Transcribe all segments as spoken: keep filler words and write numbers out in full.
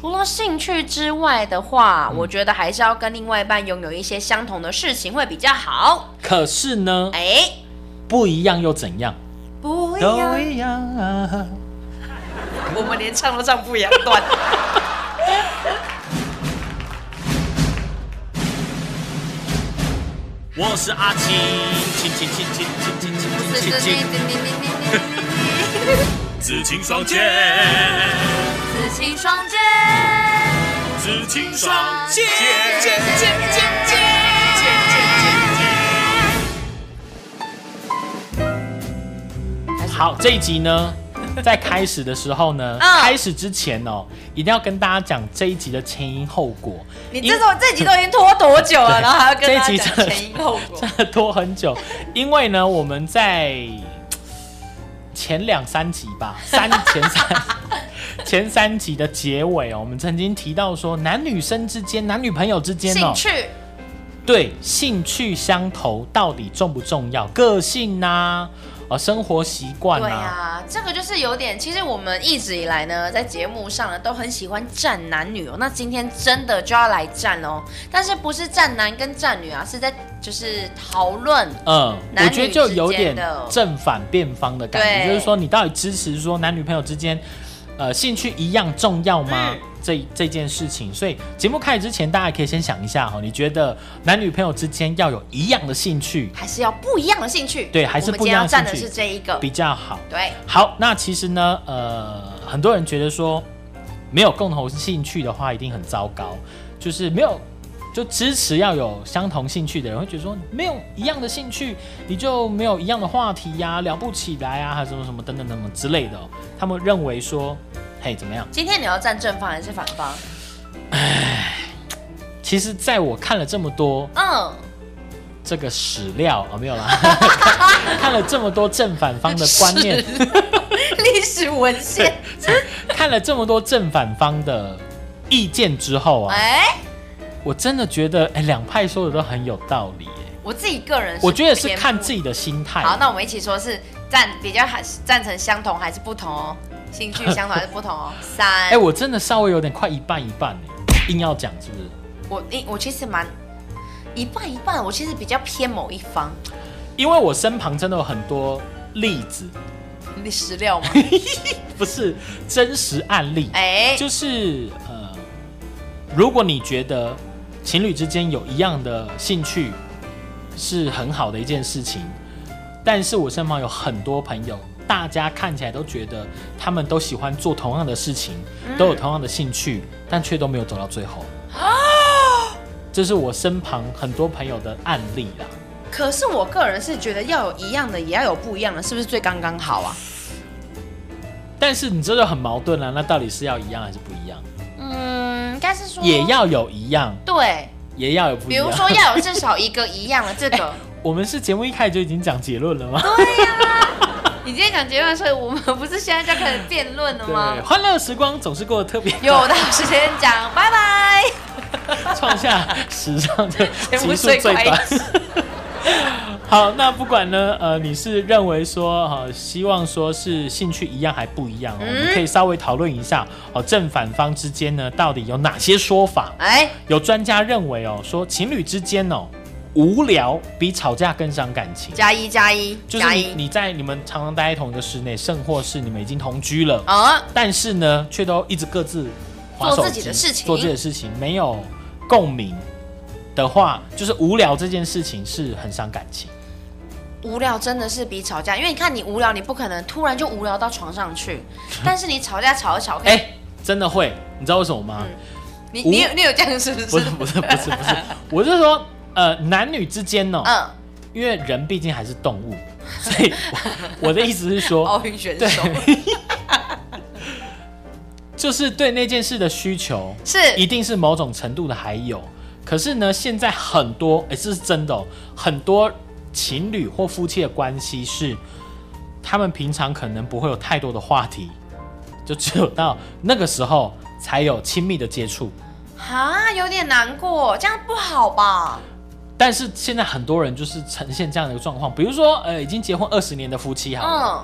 除了兴趣之外的话、嗯，我觉得还是要跟另外一半拥有一些相同的事情会比较好。 可是呢，哎、欸，不一样又怎样？ 不一样， 都一样啊！ 我们连唱都唱不一样段。 我是阿青，青青青青青青青青青，紫青双剑， 紫青双剑， 紫青双剑， 剑剑剑剑剑。 好，这一集呢，在开始的时候呢，嗯、开始之前哦，一定要跟大家讲这一集的前因后果。 你这种这集都已经拖多久了，然后还要跟大家讲前因后果， 真的拖很久。因为呢，我们在前两三集吧，三前三前三集的结尾哦，我们曾经提到说，男女生之间、男女朋友之间哦， 兴趣。 对，兴趣相投到底重不重要？个性啊，呃，生活习惯啊。 对啊，这个就是有点。其实我们一直以来呢，在节目上呢，都很喜欢战男女哦。那今天真的就要来战哦，但是不是战男跟战女啊，是在就是讨论。嗯，我觉得就有点正反辩方的感觉，就是说你到底支持说男女朋友之间，呃，兴趣一样重要吗？嗯这, 这件事情，所以节目开始之前，大家可以先想一下哈，你觉得男女朋友之间要有一样的兴趣， 还是要不一样的兴趣？ 对，还是不一样的兴趣？ 我们今天要站的是这一个比较好。 对， 好，那其实呢，呃，很多人觉得说没有共同兴趣的话，一定很糟糕，就是没有就支持要有相同兴趣的人会觉得说，没有一样的兴趣，你就没有一样的话题呀、啊，聊不起来啊，还是什么什么等等等等之类的、哦，他们认为说。嘿，怎么样？ 今天你要站正方还是反方？ 唉，其实在我看了这么多，嗯，这个史料哦，没有啦，看了这么多正反方的观念， 历史文献， 看了这么多正反方的意见之后啊，哎，我真的觉得，哎，两派说的都很有道理，哎， 我自己个人， 我觉得是看自己的心态。 好，那我们一起说是赞比较赞成相同还是不同哦？兴趣相同还是不同哦？三，哎、 欸，我真的稍微有点快一半一半哎，硬要讲是不是？ 我我其实蛮一半一半，我其实比较偏某一方， 因为我身旁真的有很多例子， 你史料吗？ 不是真实案例，哎、欸，就是呃，如果你觉得情侣之间有一样的兴趣是很好的一件事情，但是我身旁有很多朋友。大家看起来都觉得他们都喜欢做同样的事情，嗯、都有同样的兴趣，但却都没有走到最后。啊！这是我身旁很多朋友的案例啦。 可是我个人是觉得要有一样的，也要有不一样的，是不是最刚刚好啊？ 但是你这就很矛盾了，那到底是要一样还是不一样？ 嗯，应该是说也要有一样， 对， 也要有不一样。 比如说要有至少一个一样的这个。欸、 我们是节目一开始就已经讲结论了吗？ 对呀、啊。你今天讲结论，所以我们不是现在就开始辩论了吗？ 对，欢乐时光总是过得特别快。 有的时间讲，拜拜。 创下史上的集数最短。好，那不管呢，呃，你是认为说，呃，希望说是兴趣一样还不一样、哦嗯、我们可以稍微讨论一下哦，正反方之间呢，到底有哪些说法？哎，有专家认为哦，说情侣之间哦。无聊比吵架更伤感情。 加一加一， 就是你你在你们常常待在同一个室内，甚或是你们已经同居了啊，但是呢，却都一直各自滑手机做自己的事情， 做自己的事情，没有共鸣的话，就是无聊这件事情是很伤感情。 无聊真的是比吵架，因为你看你无聊，你不可能突然就无聊到床上去，但是你吵架吵一吵，哎、 欸，真的会，你知道为什么吗？嗯、 你你有你有这样是不是？ 不是不是不是不是，我是说。呃，男女之间哦，嗯，因为人毕竟还是动物，所以 我, 我的意思是说， 奥运选手， 就是对那件事的需求是一定是某种程度的还有，可是呢，现在很多，哎，这是真的哦，很多情侣或夫妻的关系是，他们平常可能不会有太多的话题，就只有到那个时候才有亲密的接触。 啊，有点难过，这样不好吧？ 但是现在很多人就是呈现这样的一个状况，比如说，呃，已经结婚二十年的夫妻好了，嗯，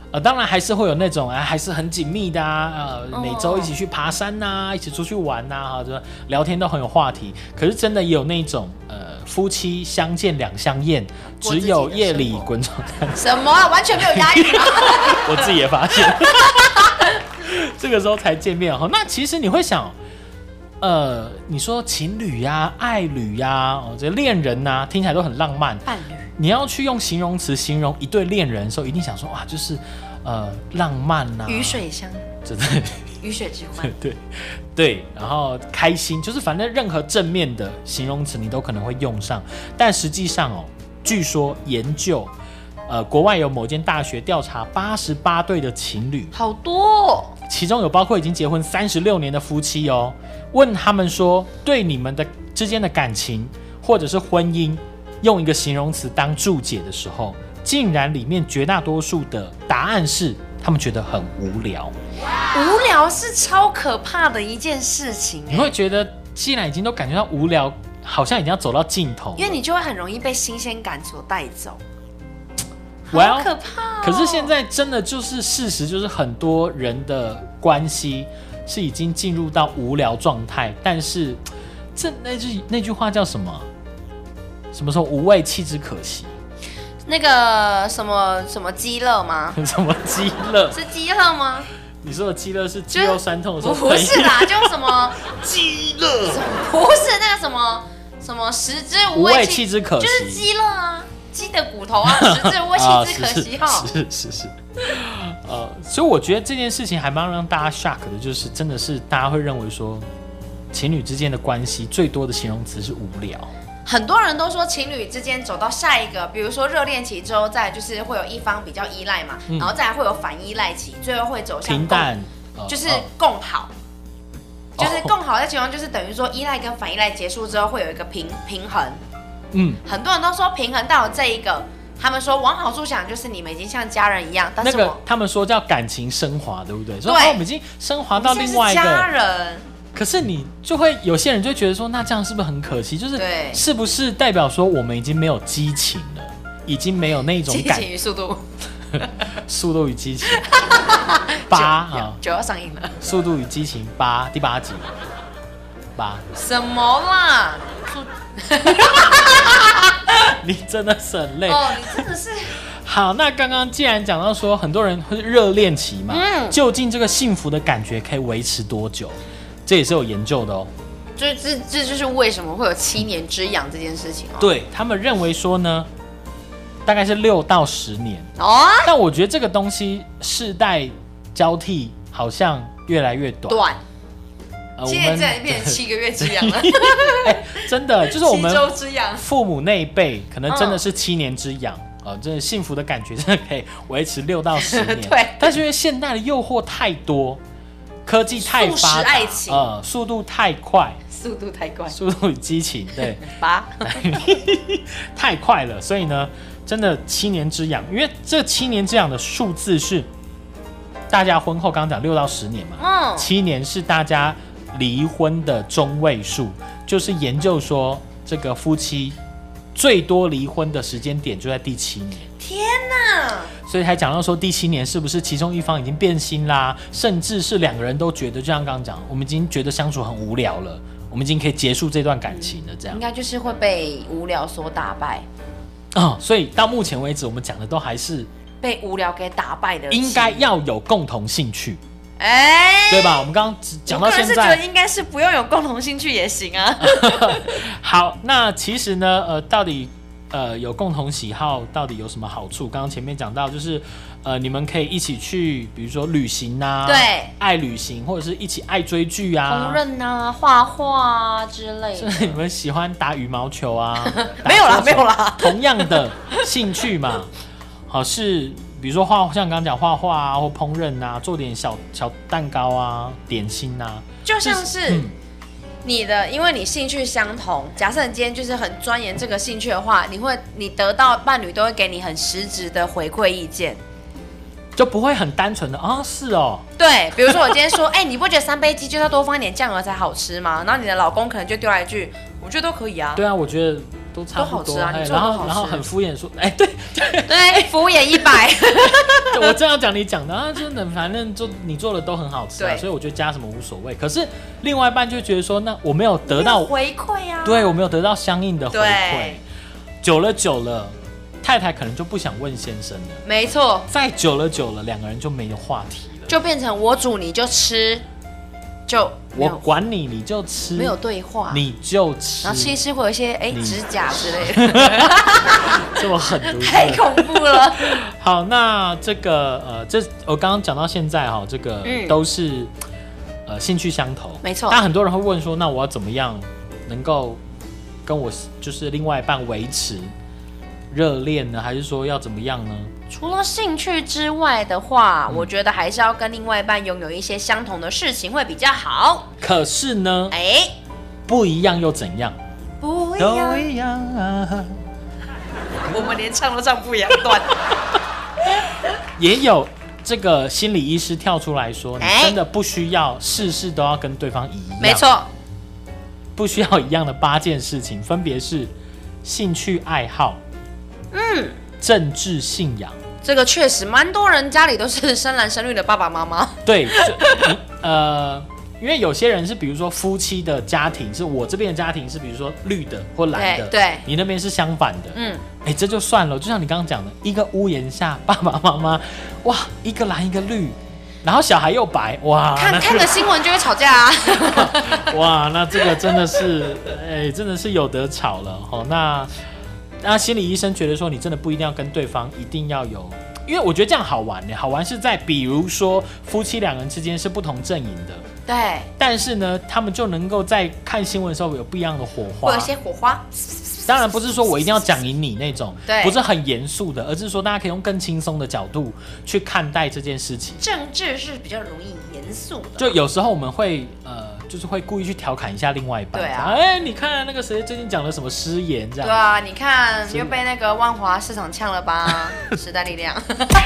呃，当然还是会有那种、啊、还是很紧密的啊，呃，每周一起去爬山呐、啊，一起出去玩呐、啊，就聊天都很有话题。可是真的也有那种呃，夫妻相见两相厌，只有夜里滚床单。 什么啊？完全没有押韵啊！ 我自己也发现，这个时候才见面哈。那其实你会想。呃，你说情侣呀、啊、爱侣呀、啊、哦，这恋人呐、啊，听起来都很浪漫。 伴侣， 你要去用形容词形容一对恋人的时候，一定想说哇，就是呃浪漫呐、啊， 鱼水香， 真的， 鱼水之欢， 对对，然后开心，就是反正任何正面的形容词你都可能会用上。但实际上哦，据说研究，呃，国外有某间大学调查八十八对的情侣， 好多、哦， 其中有包括已经结婚三十六年的夫妻哦。问他们说，对你们的之间的感情或者是婚姻，用一个形容词当注解的时候，竟然里面绝大多数的答案是他们觉得很无聊。 无聊是超可怕的一件事情。 你会觉得，既然已经都感觉到无聊，好像已经要走到尽头， 因为你就会很容易被新鲜感所带走。 好可怕、哦！ 可是现在真的就是事实，就是很多人的关系是已经进入到无聊状态，但是这那句那句话叫什么？什么时候无味弃之可惜？ 那个什么什么鸡肋吗？ 什么鸡肋？ 是鸡肋吗？ 你说的鸡肋是肌肉酸痛的时候？ 不是啦，就什么鸡肋？ 不是那个什么什么食之无味弃之可惜，就是鸡肋啊。鸡的骨头啊，食之无味弃之可惜哈、 哦。是是是，呃，所以我觉得这件事情还蛮让大家 shock 的，就是真的是大家会认为说，情侣之间的关系最多的形容词是无聊。 很多人都说情侣之间走到下一个，比如说热恋期之后，再就是会有一方比较依赖嘛，嗯、然后再来会有反依赖期，最后会走向平淡， 就是共好。哦、就是共好的情况，就是等于说依赖跟反依赖结束之后，会有一个平平衡。嗯，很多人都说平衡到了这一个，他们说往好处想，就是你们已经像家人一样。但是我、那个、 他们说叫感情升华，对不对？说、哦、我们已经升华到另外一个家人。 可是你就会有些人就会觉得说，那这样是不是很可惜？就是是不是代表说我们已经没有激情了，已经没有那种感激情与速度， 速度与激情八啊， 就要上映了。 速度与激情八第八集八什么啦？ 你真的是很累哦，你真的是好。那刚刚既然讲到说很多人会热恋期嘛，嗯，究竟这个幸福的感觉可以维持多久？这也是有研究的哦。 这这这就是为什么会有七年之痒这件事情哦。 对他们认为说呢，大概是六到十年哦。但我觉得这个东西世代交替好像越来越短。 短。七年之痒变成七个月之痒了， 欸、真的就是我们七周之痒。 父母那一辈可能真的是七年之痒啊、嗯，真的幸福的感觉真的可以维持六到十年。 对， 但是因为现代的诱惑太多，科技太发达， 爱情呃，速度太快， 速度太快， 速度与激情，对， 八太快了，所以呢，真的七年之痒，因为这七年之痒的数字是大家婚后刚刚讲六到十年嘛，嗯，七年是大家离婚的中位数，就是研究说这个夫妻最多离婚的时间点就在第七年。 天哪！ 所以才讲到说第七年是不是其中一方已经变心啦，甚至是两个人都觉得，就像刚刚讲，我们已经觉得相处很无聊了，我们已经可以结束这段感情了，这样应该就是会被无聊所打败。 哦，所以到目前为止，我们讲的都还是被无聊给打败的， 应该要有共同兴趣。 哎、欸， 对吧？我们刚刚讲到现在， 我个人是觉得应该是不用有共同兴趣也行啊。 好，那其实呢，呃，到底呃有共同喜好到底有什么好处？刚刚前面讲到，就是呃你们可以一起去，比如说旅行啊， 对， 爱旅行，或者是一起爱追剧啊， 烹饪啊，画画啊之类的。 是你们喜欢打羽毛球啊？ 没有啦，没有啦， 同样的兴趣嘛，好是。比如说画，像刚刚讲画画啊，或烹饪啊，做点小小蛋糕啊、点心啊， 就像是你的，因为你兴趣相同。假设你今天就是很钻研这个兴趣的话，你会，你得到伴侣都会给你很实质的回馈意见， 就不会很单纯的啊、哦，是哦。 对，比如说我今天说，哎、欸，你不觉得三杯鸡就要多放一点酱油才好吃吗？然后你的老公可能就丢来一句，我觉得都可以啊。 对啊，我觉得都差不多， 都好吃啊， 然后然后很敷衍说，哎，对对对，敷衍一百。 我这样讲你讲的啊，真的，反正就你做的都很好吃啊，所以我觉得加什么无所谓。可是另外一半就觉得说，那我没有得到回馈啊， 对我没有得到相应的回馈，久了久了，太太可能就不想问先生了， 没错， 再久了久了，两个人就没有话题了， 就变成我煮你就吃。就我管你，你就吃， 没有对话， 你就吃， 然后吃一吃会有一些哎指甲之类的， 这么狠毒， 太恐怖了。 好，那这个呃，这我刚刚讲到现在哈，这个都是、嗯、呃兴趣相投， 没错。 但很多人会问说，那我要怎么样能够跟我就是另外一半维持热恋呢？还是说要怎么样呢？ 除了兴趣之外的话、嗯，我觉得还是要跟另外一半拥有一些相同的事情会比较好。 可是呢，哎、欸，不一样又怎样？ 不一样， 都一样啊！ 我们连唱都唱不一样段。 也有这个心理医师跳出来说，欸、你真的不需要事事都要跟对方一样。 没错， 不需要一样的八件事情，分别是兴趣爱好。嗯。政治信仰， 这个确实蛮多人家里都是生男生女的爸爸妈妈。 对，呃，因为有些人是比如说夫妻的家庭，是我这边的家庭是比如说绿的或蓝的， 对，对你那边是相反的。嗯，哎，这就算了，就像你刚刚讲的，一个屋檐下爸爸妈妈，哇，一个蓝一个绿，然后小孩又白，哇， 看看个新闻就会吵架啊。 哇，那这个真的是，哎，真的是有得吵了。好，那。那心理医生觉得说，你真的不一定要跟对方一定要有，因为我觉得这样好玩呢。好玩是在比如说夫妻两人之间是不同阵营的， 对， 但是呢，他们就能够在看新闻的时候有不一样的火花， 会有一些火花。 当然不是说我一定要讲赢你那种， 对， 不是很严肃的，而是说大家可以用更轻松的角度去看待这件事情。 政治是比较容易严肃的， 就有时候我们会呃。就是会故意去调侃一下另外一半， 对啊， 哎，你看那个谁最近讲了什么失言这样， 对啊，你看你又被那个万华市场呛了吧？时代力量，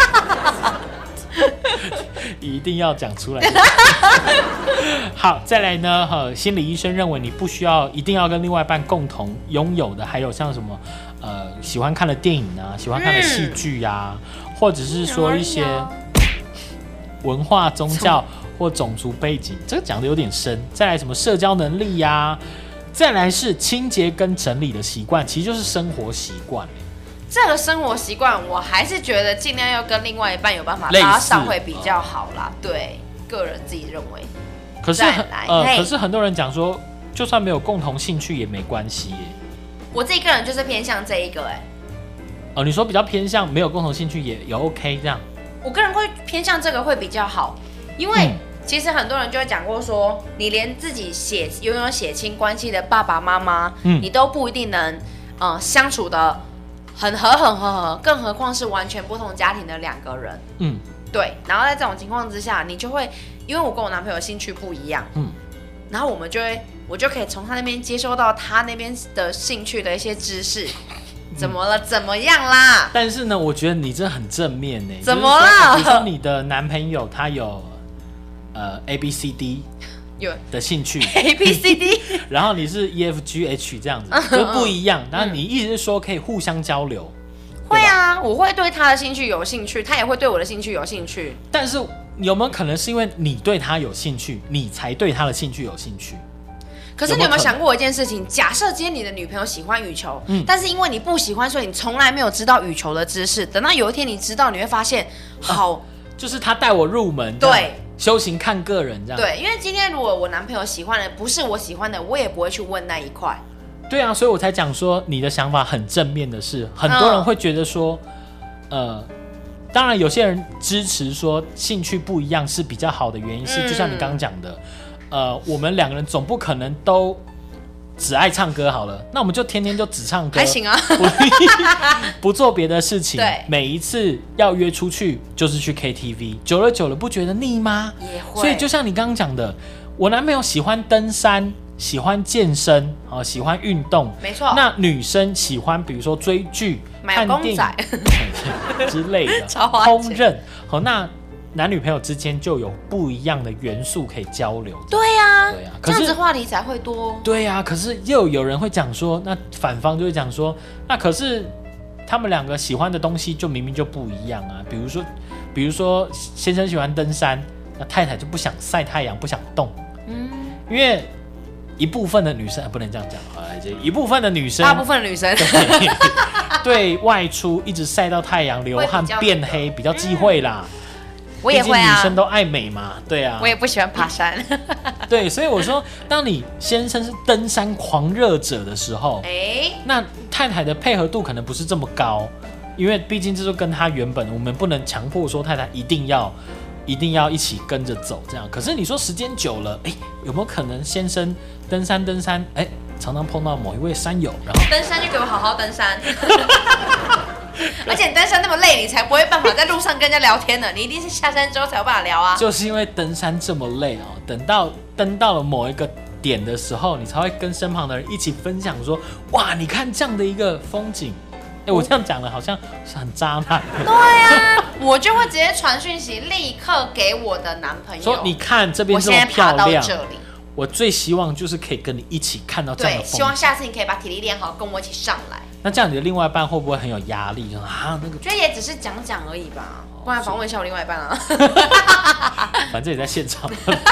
一定要讲出来。好，再来呢，呃，心理医生认为你不需要一定要跟另外一半共同拥有的，还有像什么呃喜欢看的电影啊，喜欢看的戏剧啊、嗯，或者是说一些文化宗教。或种族背景，这个讲的有点深。再来什么社交能力呀、啊，再来是清洁跟整理的习惯，其实就是生活习惯。 这个生活习惯，我还是觉得尽量要跟另外一半有办法搭上会比较好啦。对，个人自己认为。 可是呃，可是很多人讲说，就算没有共同兴趣也没关系耶。 我自己个人就是偏向这一个哎。 哦，你说比较偏向没有共同兴趣也也 OK 这样？ 我个人会偏向这个会比较好，因为。嗯其实很多人就会讲过说，你连自己血拥有血亲关系的爸爸妈妈，嗯，你都不一定能，呃，相处的很和很和和，更何况是完全不同家庭的两个人，嗯，对。然后在这种情况之下，你就会，因为我跟我男朋友兴趣不一样，嗯，然后我们就会，我就可以从他那边接收到他那边的兴趣的一些知识。怎么了？怎么样啦？ 但是呢，我觉得你这很正面呢。 怎么了？ 比如说你的男朋友他有。呃 ，A B C D 有的兴趣 ，A B C D， 然后你是 E F G H 这样子，就不一样。然后你意思是说可以互相交流？ 会啊，我会对他的兴趣有兴趣，他也会对我的兴趣有兴趣。 但是有没有可能是因为你对他有兴趣，你才对他的兴趣有兴趣？ 可是你有没有想过一件事情？假设今天你的女朋友喜欢羽球，嗯，但是因为你不喜欢，所以你从来没有知道羽球的知识。等到有一天你知道，你会发现，好，啊、 就是他带我入门， 对。 修行看个人这样。 对，因为今天如果我男朋友喜欢的不是我喜欢的，我也不会去问那一块。 对啊，所以我才讲说你的想法很正面的是，很多人会觉得说，嗯、呃，当然有些人支持说兴趣不一样是比较好的原因是，嗯、就像你刚刚讲的，呃，我们两个人总不可能都只爱唱歌好了，那我们就天天就只唱歌， 还行啊， 不, 不做别的事情。 对， 每一次要约出去就是去 K T V， 久了久了不觉得腻吗？ 也会。 所以就像你刚刚讲的，我男朋友喜欢登山，喜欢健身，啊，喜欢运动， 没错。 那女生喜欢比如说追剧、看电影之类的，烹饪，好那。男女朋友之间就有不一样的元素可以交流。 对呀、啊， 对呀、啊， 这样子会话题才会多。 对啊，可是又有人会讲说，那反方就会讲说，那可是他们两个喜欢的东西就明明就不一样啊。比如说，比如说先生喜欢登山，那太太就不想晒太阳，不想动。嗯，因为一部分的女生、啊、不能这样讲，一部分的女生， 大部分的女生对, 对外出一直晒到太阳、流汗、变黑比较忌讳啦。嗯， 我也会啊， 女生都爱美嘛，对啊。 我也不喜欢爬山。 对，所以我说，当你先生是登山狂热者的时候，欸，那太太的配合度可能不是这么高，因为毕竟这就跟他原本，我们不能强迫说太太一定要一定要一起跟着走这样。可是你说时间久了，欸，有没有可能先生登山登山，欸，常常碰到某一位山友，然后登山就给我好好登山。而且登山那么累，你才不会办法在路上跟人家聊天呢。你一定是下山之后才有办法聊啊。 就是因为登山这么累哦，等到登到了某一个点的时候，你才会跟身旁的人一起分享说：“哇，你看这样的一个风景。”哎，我这样讲了，好像是很渣男。 对啊，我就会直接传讯息，立刻给我的男朋友说：“你看这边这么漂亮。” 我现在爬到这里。 我最希望就是可以跟你一起看到这样的风景。 对，希望下次你可以把体力练好，跟我一起上来。 那这样你的另外一半会不会很有压力？就啊，那个， 觉得也只是讲讲而已吧。不然访问一下我另外一半啊。 反正也在现场。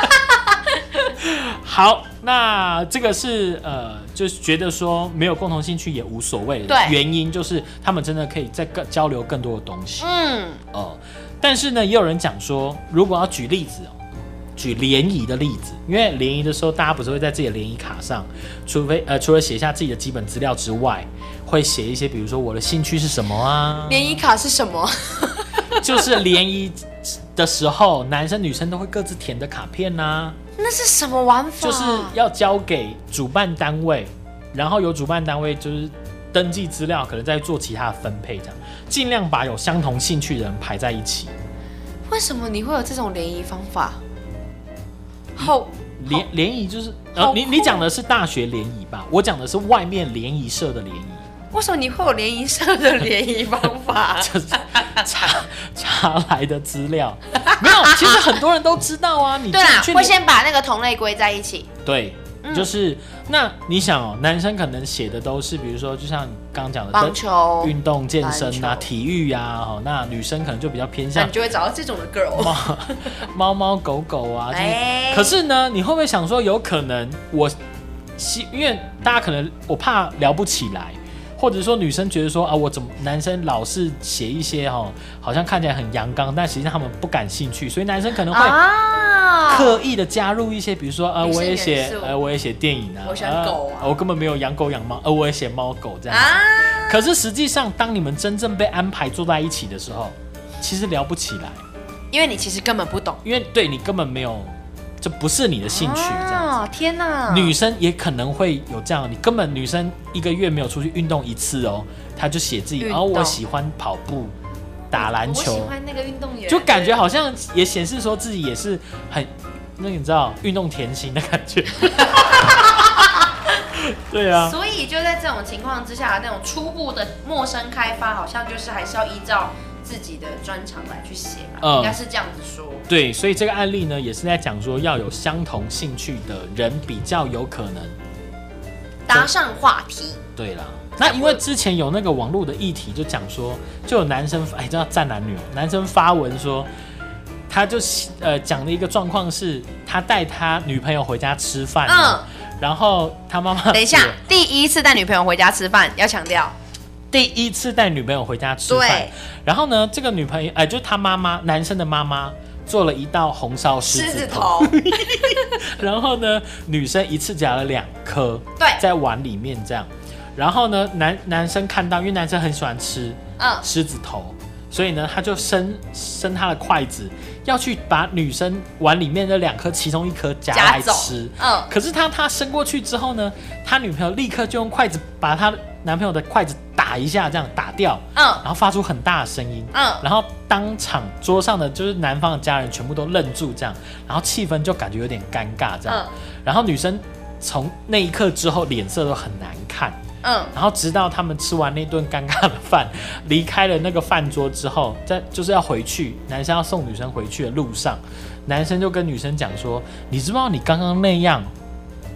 好，那这个是呃，就是觉得说没有共同兴趣也无所谓的原因，就是他们真的可以再更交流更多的东西。嗯，哦、呃，但是呢，也有人讲说，如果要举例子哦。举联谊的例子，因为联谊的时候，大家不是会在自己的联谊卡上，除非呃，除了写下自己的基本资料之外，会写一些，比如说我的兴趣是什么啊？ 联谊卡是什么？ 就是联谊的时候，男生女生都会各自填的卡片啊。 那是什么玩法？ 就是要交给主办单位，然后由主办单位就是登记资料，可能再做其他的分配，这样尽量把有相同兴趣的人排在一起。 为什么你会有这种联谊方法？后联联谊就是，呃，你你讲的是大学联谊吧？我讲的是外面联谊社的联谊。 为什么你会有联谊社的联谊方法？ 就是查查来的资料，没有，其实很多人都知道啊。你对啦，会先把那个同类归在一起。 对。嗯、就是那你想哦，男生可能写的都是，比如说，就像刚刚讲的棒球、 运动、健身啊、体育啊，哦，那女生可能就比较偏向， 你就会找到这种的 girl， 猫猫狗狗啊。就是欸、可是呢，你会不会想说，有可能我，因为大家可能我怕聊不起来。或者说女生觉得说啊，我怎么男生老是写一些哈、哦，好像看起来很阳刚，但实际上他们不感兴趣，所以男生可能会刻意的加入一些，比如说呃，我也写呃，我也写电影啊， 我喜欢狗啊、 呃，我根本没有养狗养猫，呃，我也写猫狗这样子。啊、可是实际上，当你们真正被安排坐在一起的时候，其实聊不起来， 因为你其实根本不懂， 因为对你根本没有。这不是你的兴趣，这样子。 天哪！ 女生也可能会有这样，你根本女生一个月没有出去运动一次哦，她就写自己，然后、哦、我喜欢跑步、打篮球， 我喜欢那个运动员， 就感觉好像也显示说自己也是很那个你知道运动甜心的感觉。对啊， 所以就在这种情况之下，那种初步的陌生开发，好像就是还是要依照自己的专长来去写嘛，嗯、应该是这样子说。 对，所以这个案例呢，也是在讲说，要有相同兴趣的人比较有可能搭上话题。 对啦，那因为之前有那个网络的议题，就讲说，就有男生哎，这要战男女哦，男生发文说，他就呃讲的一个状况是，他带他女朋友回家吃饭，嗯，然后他妈妈等一下，第一次带女朋友回家吃饭，要强调。 第一次带女朋友回家吃饭，然后呢，这个女朋友哎，就是他妈妈，男生的妈妈做了一道红烧狮子头，然后呢，女生一次夹了两颗， 对， 在碗里面这样，然后呢，男男生看到，因为男生很喜欢吃狮子头，嗯、所以呢，他就伸伸他的筷子要去把女生碗里面的两颗其中一颗夹来吃，嗯，可是他他伸过去之后呢，他女朋友立刻就用筷子把他男朋友的筷子打一下，这样打掉，嗯，然后发出很大的声音，嗯，然后当场桌上的就是男方的家人全部都愣住，这样，然后气氛就感觉有点尴尬，这样，嗯、然后女生从那一刻之后脸色都很难看，嗯，然后直到他们吃完那顿尴尬的饭，离开了那个饭桌之后，在就是要回去，男生要送女生回去的路上，男生就跟女生讲说：“你知不知道你刚刚那样？”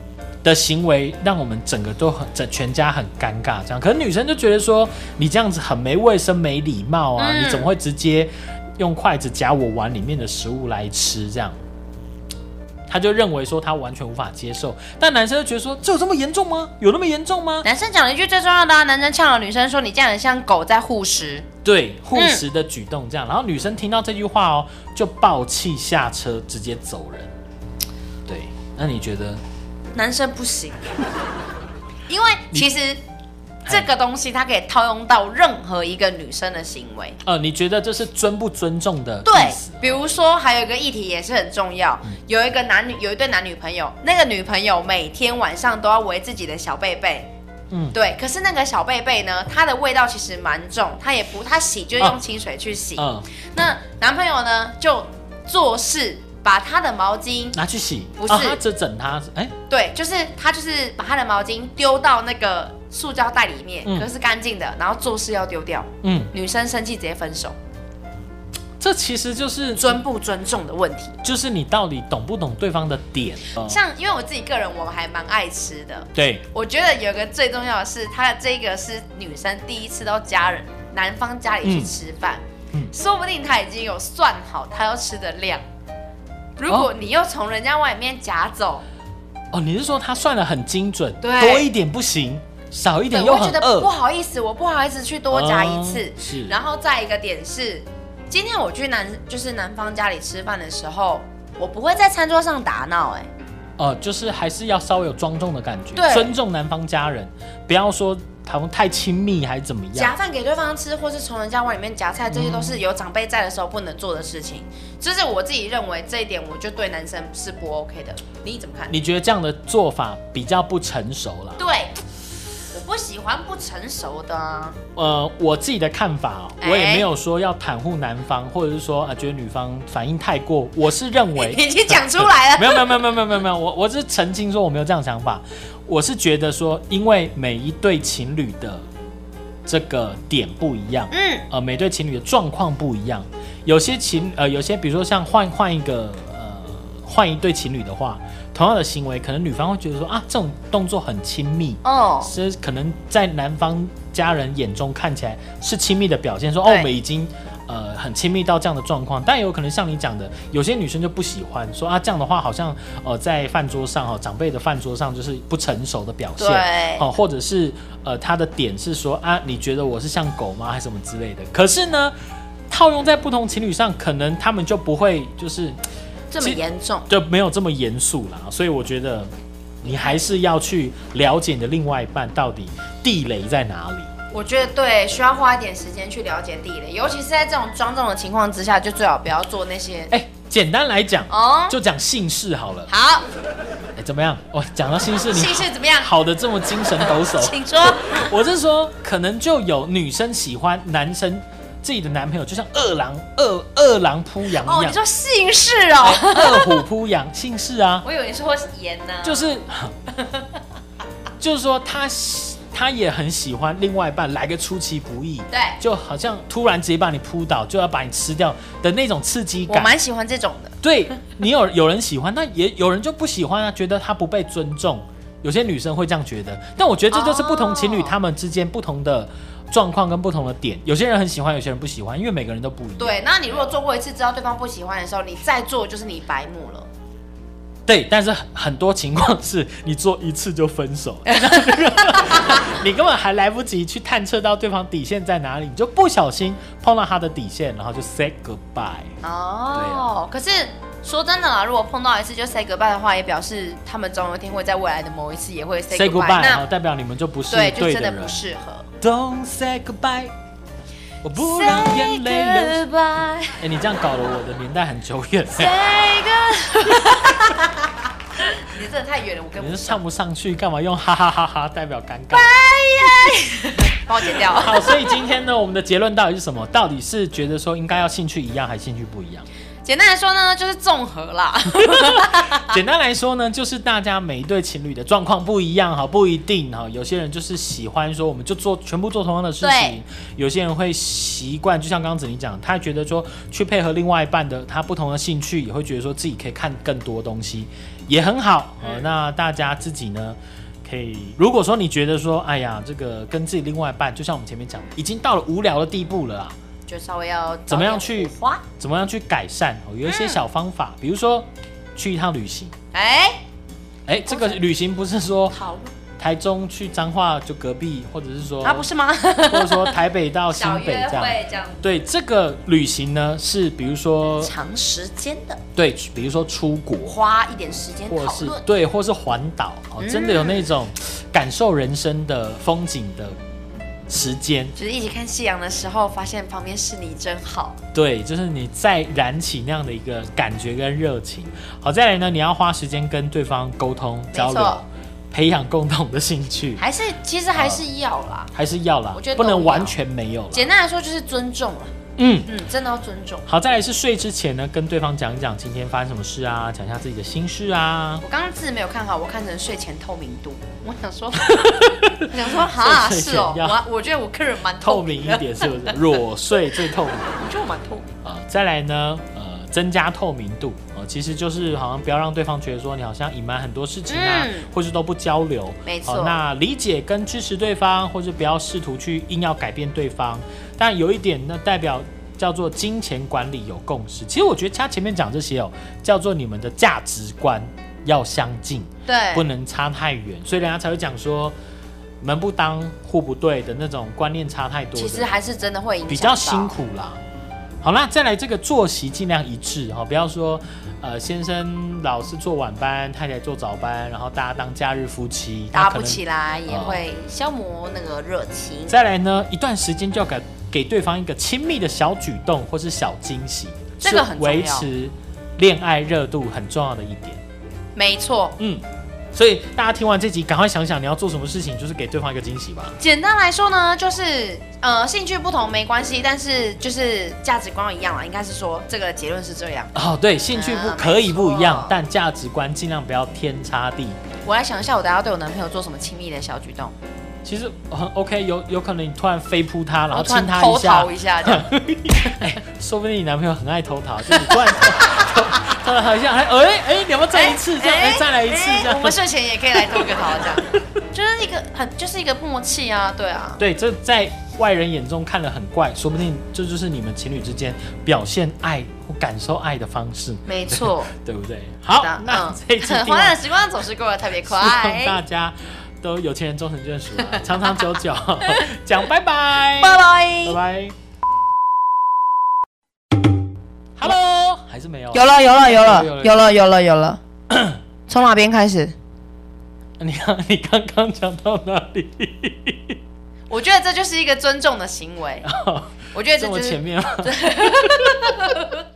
的行为让我们整个都很整全家很尴尬，这样。可是女生就觉得说你这样子很没卫生、没礼貌啊、嗯！你怎么会直接用筷子夹我碗里面的食物来吃？这样，他就认为说他完全无法接受。但男生就觉得说这有这么严重吗？有那么严重吗？ 男生讲了一句最重要的、啊，男生呛了女生说你这样很像狗在护食。 对，护食的举动这样、嗯。然后女生听到这句话哦，就爆气下车，直接走人。对，那你觉得？ 男生不行，因为其实这个东西它可以套用到任何一个女生的行为。 呃，你觉得这是尊不尊重的意思？ 对，比如说还有一个议题也是很重要，嗯、有一个男女有一对男女朋友，那个女朋友每天晚上都要围自己的小贝贝。嗯，对，可是那个小贝贝呢，它的味道其实蛮重，它也不，它洗就用清水去洗。嗯，那男朋友呢就做事。把他的毛巾拿去洗， 不是， 哦、他只整他，哎、欸， 对，就是他就是把他的毛巾丢到那个塑胶袋里面，嗯、可是干净的，然后做事要丢掉，嗯，女生生气直接分手。 这其实就是尊不尊重的问题， 就是你到底懂不懂对方的点。 像因为我自己个人，我还蛮爱吃的， 对， 我觉得有一个最重要的是，他的这个是女生第一次到家人男方家里去吃饭，嗯嗯、说不定他已经有算好他要吃的量。如果你又从人家外面夹走， 哦，你是说他算得很精准，多一点不行，少一点又很饿，我觉得不好意思，我不好意思去多夹一次。 哦、是， 然后再一个点是，今天我去男就是男方家里吃饭的时候，我不会在餐桌上打闹、欸，哎， 哦，就是还是要稍微有庄重的感觉，尊重男方家人，不要说。他们太亲密还是怎么样？ 夹饭给对方吃，或是从人家碗里面夹菜，这些都是有长辈在的时候不能做的事情。这、嗯、是我自己认为这一点，我就对男生是不 OK 的。你怎么看？ 你觉得这样的做法比较不成熟啦？ 对，我不喜欢不成熟的、啊。 呃，我自己的看法、喔欸，我也没有说要袒护男方，或者是说啊，觉得女方反应太过。我是认为已经讲出来了。 没有没有没有没有没有没有没有，我我是澄清说我没有这样的想法。我是觉得说，因为每一对情侣的这个点不一样，嗯，呃，每对情侣的状况不一样。有些情呃，有些比如说像换换一个呃，换一对情侣的话，同样的行为，可能女方会觉得说啊，这种动作很亲密哦，是可能在男方家人眼中看起来是亲密的表现，说哦，我们已经。呃，很亲密到这样的状况，但有可能像你讲的，有些女生就不喜欢说啊，这样的话好像呃在饭桌上哈、哦，长辈的饭桌上就是不成熟的表现，对，哦，或者是呃他的点是说啊，你觉得我是像狗吗，还是什么之类的？可是呢，套用在不同情侣上，可能他们就不会就是这么严重， 就没有这么严肃啦。所以我觉得你还是要去了解你的另外一半到底地雷在哪里。 我觉得对，需要花一点时间去了解地雷，尤其是在这种庄重的情况之下，就最好不要做那些。 哎、欸，简单来讲，哦，就讲姓氏好了。 好， 哎、欸，怎么样？我讲到姓氏，你姓氏怎么样？ 好的，这么精神抖擞。 请说。 我是说，可能就有女生喜欢男生自己的男朋友，就像二郎二二郎扑羊一样。 哦，你说姓氏哦？ 欸、二虎扑羊，姓氏啊。 我以为你说盐呢。 就是，就是说他。他也很喜欢另外一半来个出其不意， 对， 就好像突然直接把你扑倒，就要把你吃掉的那种刺激感。 我蛮喜欢这种的。 对，你有有人喜欢，那也有人就不喜欢啊，觉得他不被尊重。有些女生会这样觉得，但我觉得这就是不同情侣他们之间不同的状况跟不同的点。有些人很喜欢，有些人不喜欢，因为每个人都不一样。 对，那你如果做过一次，知道对方不喜欢的时候，你再做就是你白目了。 对，但是很多情况是你做一次就分手，你根本还来不及去探测到对方底线在哪里，你就不小心碰到他的底线，然后就 say goodbye。 哦，啊、可是说真的啦，如果碰到一次就 say goodbye 的话，也表示他们总有一天会在未来的某一次也会 say goodbye，, say goodbye 那代表你们就不是对的人， 对，就真的不適合。 Don't say goodbye。我不让眼泪流。哎、欸，你这样搞了我的年代很久远。Say goodbye。你真的太远了，我跟不上。 你是唱不上去，干嘛用哈哈哈哈代表尴尬？ 帮我剪掉。 好，所以今天呢，我们的结论到底是什么？到底是觉得说应该要兴趣一样，还是兴趣不一样？ 简单来说呢，就是综合啦。 简单来说呢，就是大家每一对情侣的状况不一样哈，不一定哈。有些人就是喜欢说，我们就做全部做同样的事情；有些人会习惯，就像刚刚子妮讲，他觉得说去配合另外一半的他不同的兴趣，也会觉得说自己可以看更多东西。 也很好、嗯呃、那大家自己呢可以，如果说你觉得说哎呀这个跟自己另外一半就像我们前面讲已经到了无聊的地步了啦， 就稍微要怎么样去怎么样去改善、哦、有一些小方法、嗯、比如说去一趟旅行。哎哎，这个旅行不是说台中去彰化就隔壁，或者是说啊不是吗？ 或者说台北到新北这样。 这样对，这个旅行呢是比如说长时间的， 对，比如说出国花一点时间讨论， 或是对，或是环岛、哦嗯、真的有那种感受人生的风景的时间， 就是一起看夕阳的时候，发现旁边是你真好。 对，就是你再燃起那样的一个感觉跟热情。好，再来呢，你要花时间跟对方沟通交流，培养共同的兴趣， 还是其实还是要啦， 呃、还是要啦，我觉得不能完全没有啦。 简单来说就是尊重了。 嗯嗯，真的要尊重。 好，再来是睡之前呢，跟对方讲一讲今天发生什么事啊，讲一下自己的心事啊。 我刚刚字没有看好，我看成睡前透明度。我想说，我想说，哈，是哦，我我觉得我个人蛮透明一点，是不是？裸睡最透明。 我觉得我蛮透明啊。再来呢，呃，增加透明度啊、呃，其实就是好像不要让对方觉得说你好像隐瞒很多事情啊，嗯、或是都不交流。 没错、 呃。那理解跟支持对方，或是不要试图去硬要改变对方。但有一点，那代表叫做金钱管理有共识。其实我觉得他前面讲这些哦，叫做你们的价值观要相近， 对， 不能差太远，所以人家才会讲说门不当户不对的那种观念差太多的， 其实还是真的会影响到， 比较辛苦啦。好啦，再来这个作息尽量一致哈，不要说呃先生老是做晚班，太太做早班，然后大家当假日夫妻， 搭不起来也会消磨那个热情、呃。 再来呢，一段时间就要给给对方一个亲密的小举动或是小惊喜， 这个很重要， 维持恋爱热度很重要的一点。 没错， 嗯。所以大家听完这集，赶快想想你要做什么事情，就是给对方一个惊喜吧。 简单来说呢，就是呃兴趣不同没关系，但是就是价值观一样啦。应该是说这个结论是这样。 哦，对，兴趣不、嗯、可以不一样，但价值观尽量不要天差地。 我来想一下，我等一下对我男朋友做什么亲密的小举动。 其实很 OK， 有有可能你突然飞扑他，然后亲他一下，偷逃一下这样。 欸、说不定你男朋友很爱偷逃，就是你突然偷偷逃一下，还哎哎，你要不要再一次这样？哎、欸欸，再来一次这样。 我们睡前也可以来偷个逃这样，就是一个很就是一个默契啊，对啊。 对，这在外人眼中看了很怪，说不定这就是你们情侣之间表现爱或感受爱的方式。 没错， 对不对？好，那这一次欢乐的时光总是过得特别快， 希望大家都有钱人终成眷属啊，长长久久。讲拜拜， 拜拜， 拜拜。Hello， 还是没有？ 有了，有了，有了，有了，有了，有了。从哪边开始？ 你刚你刚刚讲到哪里？ 我觉得这就是一个尊重的行为。我觉得这就是这么前面吗？